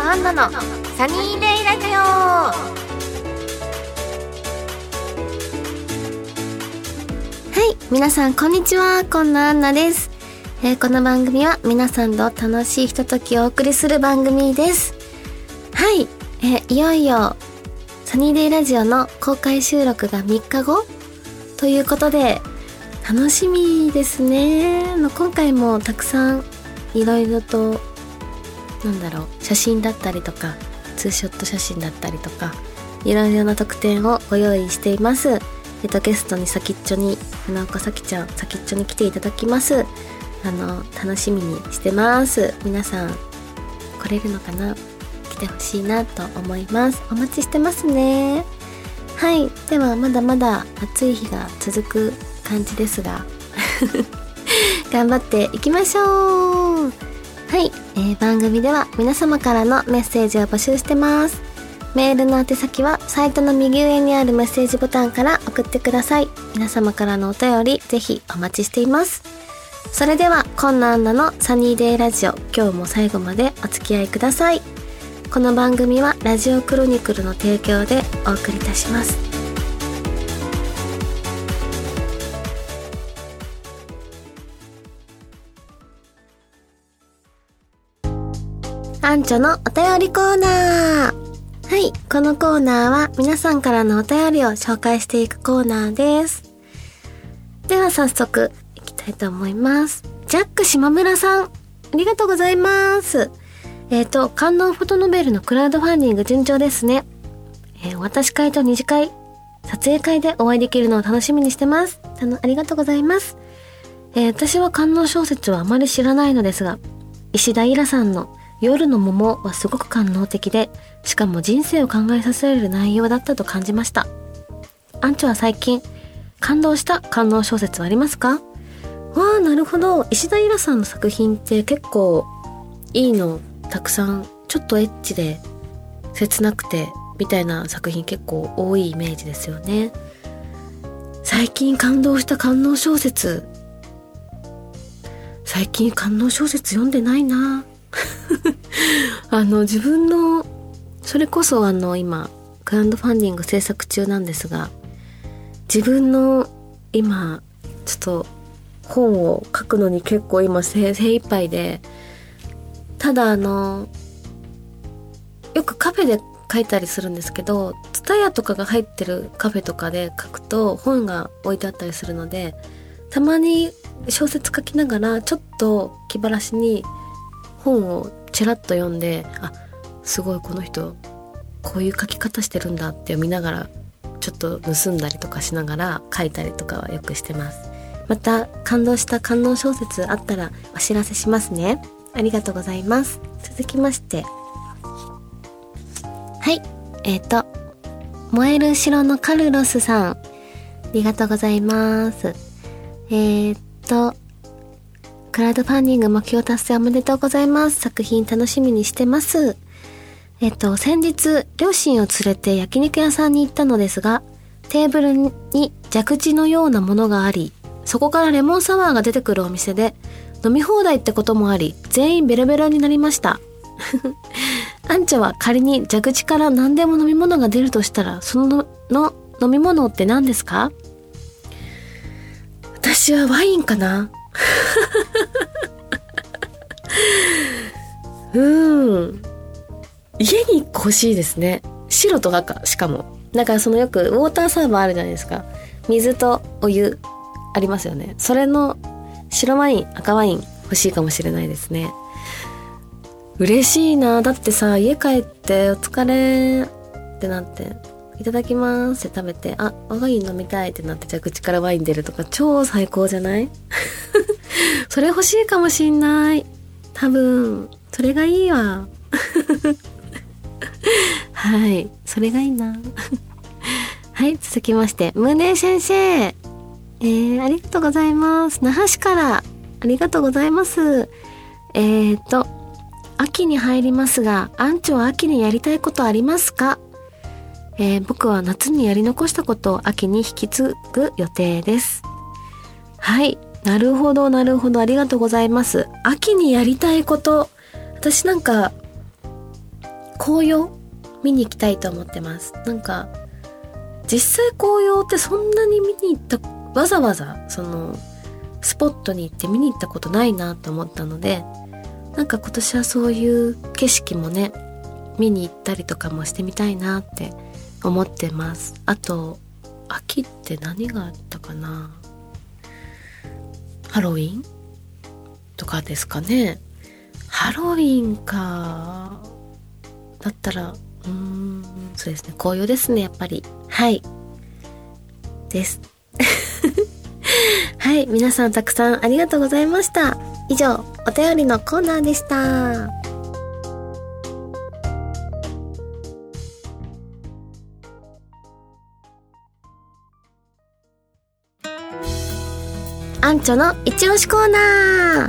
アンナのサニーデイラジオ。はい、皆さんこんにちは、こんなアンナです。この番組は皆さんと楽しいひとときをお送りする番組です。はい、いよいよサニーデイラジオの公開収録が3日後ということで楽しみですね。今回もたくさんいろいろと写真だったりとかツーショット写真だったりとかいろいろな特典をご用意しています。ゲストに先っちょに船岡咲ちゃん先っちょに来ていただきます。楽しみにしてます。皆さん来れるのかな、来てほしいなと思います。お待ちしてますね。はい、ではまだまだ暑い日が続く感じですが頑張っていきましょう。はい、番組では皆様からのメッセージを募集してます。メールの宛先はサイトの右上にあるメッセージボタンから送ってください。皆様からのお便りぜひお待ちしています。それではこんなアンナのサニーデイラジオ、今日も最後までお付き合いください。この番組はラジオクロニクルの提供でお送りいたします。アンチョのお便りコーナー。はい、このコーナーは皆さんからのお便りを紹介していくコーナーです。では早速いきたいと思います。ジャック島村さん、ありがとうございます。観音フォトノベルのクラウドファンディング順調ですね。お渡し会と二次会、撮影会でお会いできるのを楽しみにしてます。ありがとうございます。私は観音小説はあまり知らないのですが、石田イラさんの夜の桃はすごく感動的で、しかも人生を考えさせられる内容だったと感じました。アンチョは最近感動した観音小説はありますか？わー、なるほど。石田イラさんの作品って結構いいのたくさん、ちょっとエッチで切なくてみたいな作品結構多いイメージですよね。最近感動した観音小説、最近観音小説読んでないな自分のそれこそ今クラウドファンディング制作中なんですが、自分の今ちょっと本を書くのに結構今精一杯で、ただよくカフェで書いたりするんですけど、TSUTAYAとかが入ってるカフェとかで書くと本が置いてあったりするので、たまに小説書きながらちょっと気晴らしに本をちらっと読んで、あ、すごいこの人こういう書き方してるんだって読みながらちょっと盗んだりとかしながら書いたりとかはよくしてます。また感動した観音小説あったらお知らせしますね。ありがとうございます。続きまして、はい、燃える城のカルロスさん、ありがとうございます。クラウドファンディング目標達成おめでとうございます。作品楽しみにしてます。先日両親を連れて焼肉屋さんに行ったのですが、テーブルに蛇口のようなものがあり、そこからレモンサワーが出てくるお店で、飲み放題ってこともあり全員ベロベロになりましたアンチョは仮に蛇口から何でも飲み物が出るとしたら、その飲み物って何ですか？私はワインかな家に欲しいですね。白と赤、しかもだからよくウォーターサーバーあるじゃないですか。水とお湯ありますよね。それの白ワイン、赤ワイン欲しいかもしれないですね。嬉しいな。だってさ、家帰ってお疲れってなっていただきますって食べて、あ、ワイン飲みたいってなって蛇口からワイン出るとか超最高じゃないそれ欲しいかもしんない。多分それがいいわはい、それがいいなはい、続きましてムーネー先生、ありがとうございます。那覇市からありがとうございます。秋に入りますが、アンチョは秋にやりたいことありますか？僕は夏にやり残したことを秋に引き継ぐ予定です。はい、なるほどなるほど、ありがとうございます。秋にやりたいこと、私なんか紅葉見に行きたいと思ってます。なんか実際紅葉ってそんなに見に行ったわざわざそのスポットに行って見に行ったことないなと思ったので、なんか今年はそういう景色もね見に行ったりとかもしてみたいなって思ってます。あと秋って何があったかな、ハロウィンとかですかね。ハロウィンかだったらそうですね、紅葉ですね、やっぱり。はいですはい、皆さんたくさんありがとうございました。以上、お便りのコーナーでした。アンチョの一押しコーナー。はい、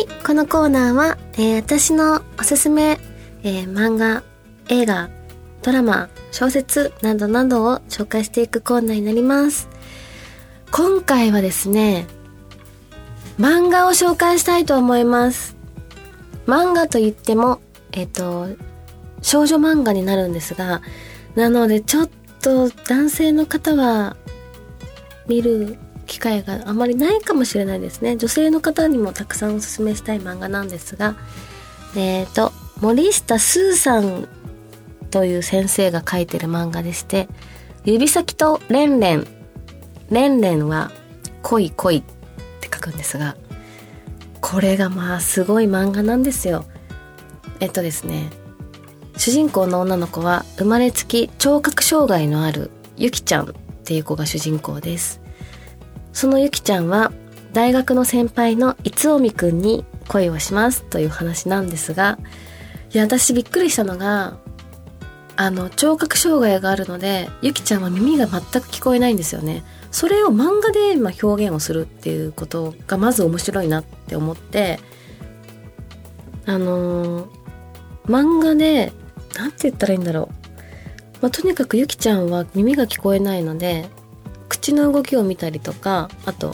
このコーナーは、私のおすすめ、漫画、映画、ドラマ、小説などなどを紹介していくコーナーになります。今回はですね、漫画を紹介したいと思います。漫画といっても、少女漫画になるんですが、なのでちょっと男性の方は見る機会があまりないかもしれないですね。女性の方にもたくさんおすすめしたい漫画なんですが、森下スーさんという先生が書いてる漫画でして、指先とレンレン、レンレンは恋恋って書くんですが、これがまあすごい漫画なんですよ。ですね、主人公の女の子は生まれつき聴覚障害のあるゆきちゃんっていう子が主人公です。そのゆきちゃんは大学の先輩のいつおみくんに恋をしますという話なんですが、いや私びっくりしたのが、聴覚障害があるのでゆきちゃんは耳が全く聞こえないんですよね。それを漫画で表現をするっていうことがまず面白いなって思って、漫画でなんて言ったらいいんだろう、とにかくゆきちゃんは耳が聞こえないので口の動きを見たりとか、あと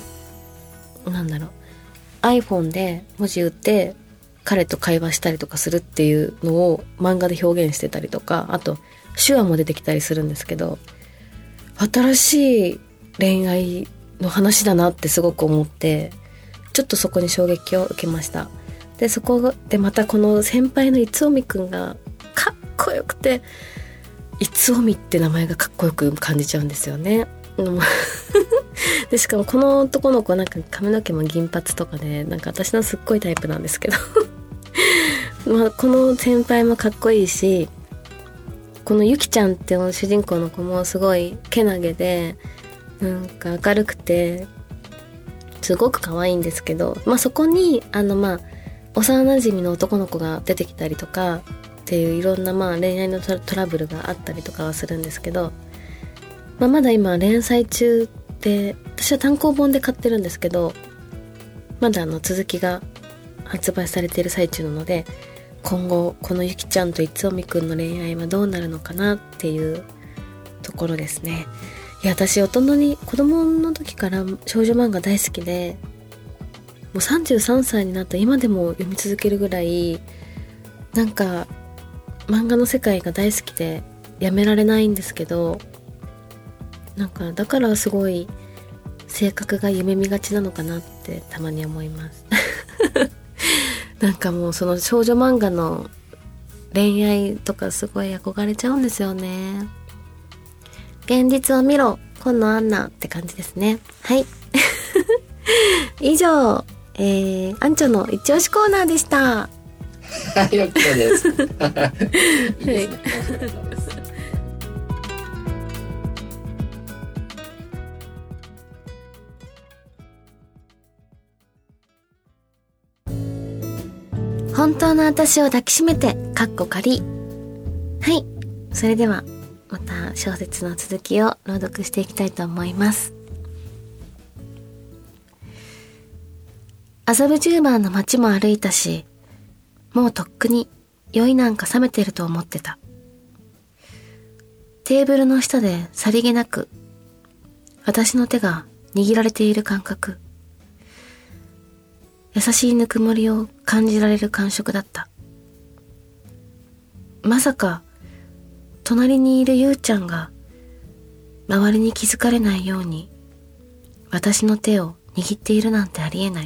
iPhone で文字打って彼と会話したりとかするっていうのを漫画で表現してたりとか、あと手話も出てきたりするんですけど、新しい恋愛の話だなってすごく思って、ちょっとそこに衝撃を受けました。でそこでまたこの先輩のいつおみくんがかっこよくて、いつおみって名前がかっこよく感じちゃうんですよねでしかもこの男の子なんか髪の毛も銀髪とかで、なんか私のすっごいタイプなんですけどこの先輩もかっこいいし、このゆきちゃんっていう主人公の子もすごいけなげで、なんか明るくてすごく可愛いんですけど、そこに幼馴染の男の子が出てきたりとかっていういろんな恋愛のトラブルがあったりとかはするんですけど、まだ今連載中で、私は単行本で買ってるんですけど、まだ続きが発売されている最中なので、今後このゆきちゃんといつおみくんの恋愛はどうなるのかなっていうところですね。いや私子供の時から少女漫画大好きで、もう33歳になった今でも読み続けるぐらい、なんか漫画の世界が大好きでやめられないんですけど、なんかだからすごい性格が夢見がちなのかなってたまに思いますなんかもうその少女漫画の恋愛とかすごい憧れちゃうんですよね。現実を見ろ今野アンナって感じですね。はい以上、アンチョの一押しコーナーでした。 はい、OK です。 はい。本当の私を抱きしめてかっこ仮。はい、それではまた小説の続きを朗読していきたいと思います。麻布十番の街も歩いたし、もうとっくに酔いなんか冷めてると思ってた。テーブルの下でさりげなく私の手が握られている感覚、優しいぬくもりを感じられる感触だった。 まさか隣にいるゆうちゃんが周りに気づかれないように私の手を握っているなんてありえない。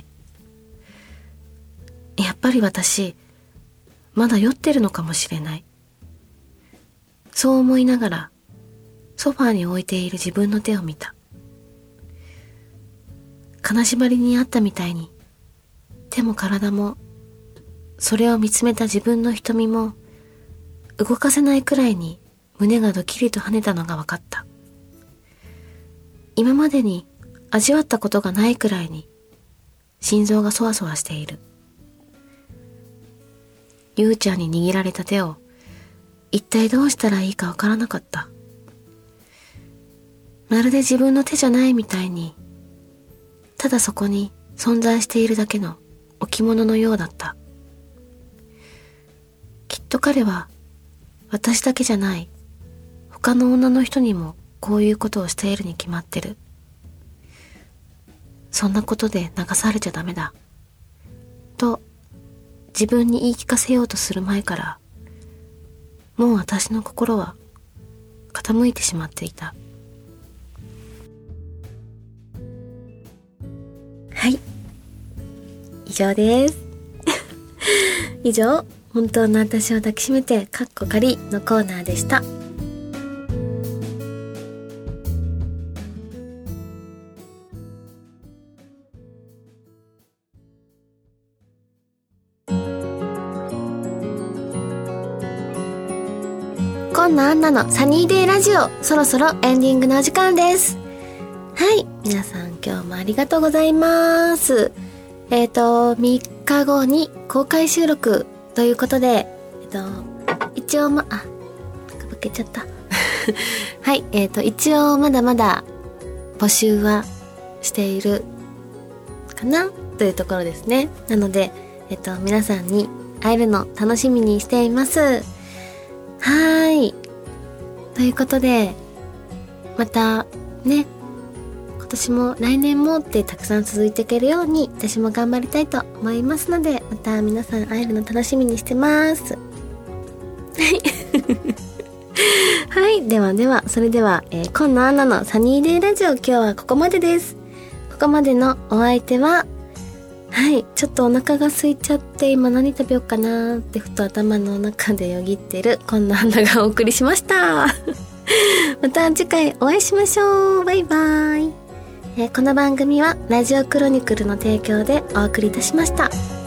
やっぱり私まだ酔ってるのかもしれない。そう思いながらソファーに置いている自分の手を見た。金縛りにあったみたいに手も体もそれを見つめた自分の瞳も動かせないくらいに胸がドキリと跳ねたのが分かった。今までに味わったことがないくらいに心臓がそわそわしている。ゆうちゃんに握られた手を一体どうしたらいいかわからなかった。まるで自分の手じゃないみたいに、ただそこに存在しているだけの置物のようだった。きっと彼は私だけじゃない他の女の人にもこういうことをしているに決まってる。そんなことで流されちゃダメだと自分に言い聞かせようとする前からもう私の心は傾いてしまっていた。はい、以上です以上、本当の私を抱きしめてカッコ仮のコーナーでした。今野アンナのサニーデイラジオ、そろそろエンディングのお時間です。はい、皆さん今日もありがとうございます。3日後に公開収録ということで、一応かけちゃったはい、一応まだまだ募集はしているかなというところですね。なので、皆さんに会えるの楽しみにしています。はーい。ということで、またね、今年も来年もってたくさん続いていけるように私も頑張りたいと思いますので、また皆さん会えるの楽しみにしてます。はい。ではでは、それでは、今野アンナのサニーデイラジオ、今日はここまでです。ここまでのお相手は、はい。ちょっとお腹が空いちゃって、今何食べようかなーってふと頭の中でよぎってる今野アンナがお送りしました。また次回お会いしましょう。バイバイ。この番組はラジオクロニクルの提供でお送りいたしました。